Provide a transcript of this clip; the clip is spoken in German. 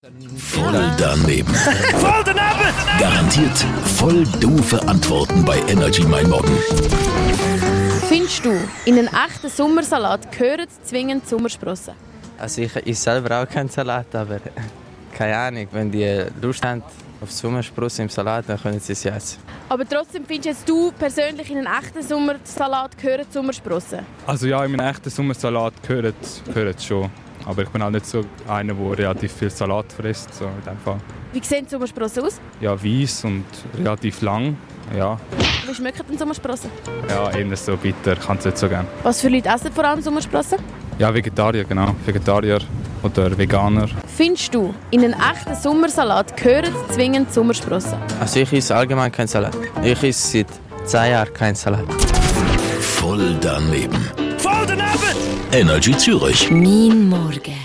Voll daneben. Voll daneben! Garantiert voll doofe Antworten bei Energy Mein Morgen. Findest du, in einen echten Sommersalat gehören zwingend Sommersprossen? Also ich esse selber auch keinen Salat, aber keine Ahnung, wenn die Lust haben auf Sommersprossen im Salat, dann können sie es essen. Aber trotzdem findest du persönlich, in einen echten Sommersalat gehören Sommersprossen? Also ja, in einem echten Sommersalat gehört es schon. Aber ich bin auch nicht so einer, der relativ viel Salat frisst. So in dem Fall. Wie sehen Sommersprossen aus? Ja, weiss und relativ lang. Ja. Wie schmecken denn Sommersprossen? Ja, eher so bitter, kann es nicht so gerne. Was für Leute essen vor allem Sommersprossen? Ja, Vegetarier, genau. Vegetarier oder Veganer. Findest du, in einen echten Sommersalat gehören zwingend Sommersprossen? Also ich esse allgemein keinen Salat. Ich esse seit 10 Jahren keinen Salat. Voll daneben. Voll daneben! Energy Zürich. Mein Morgen.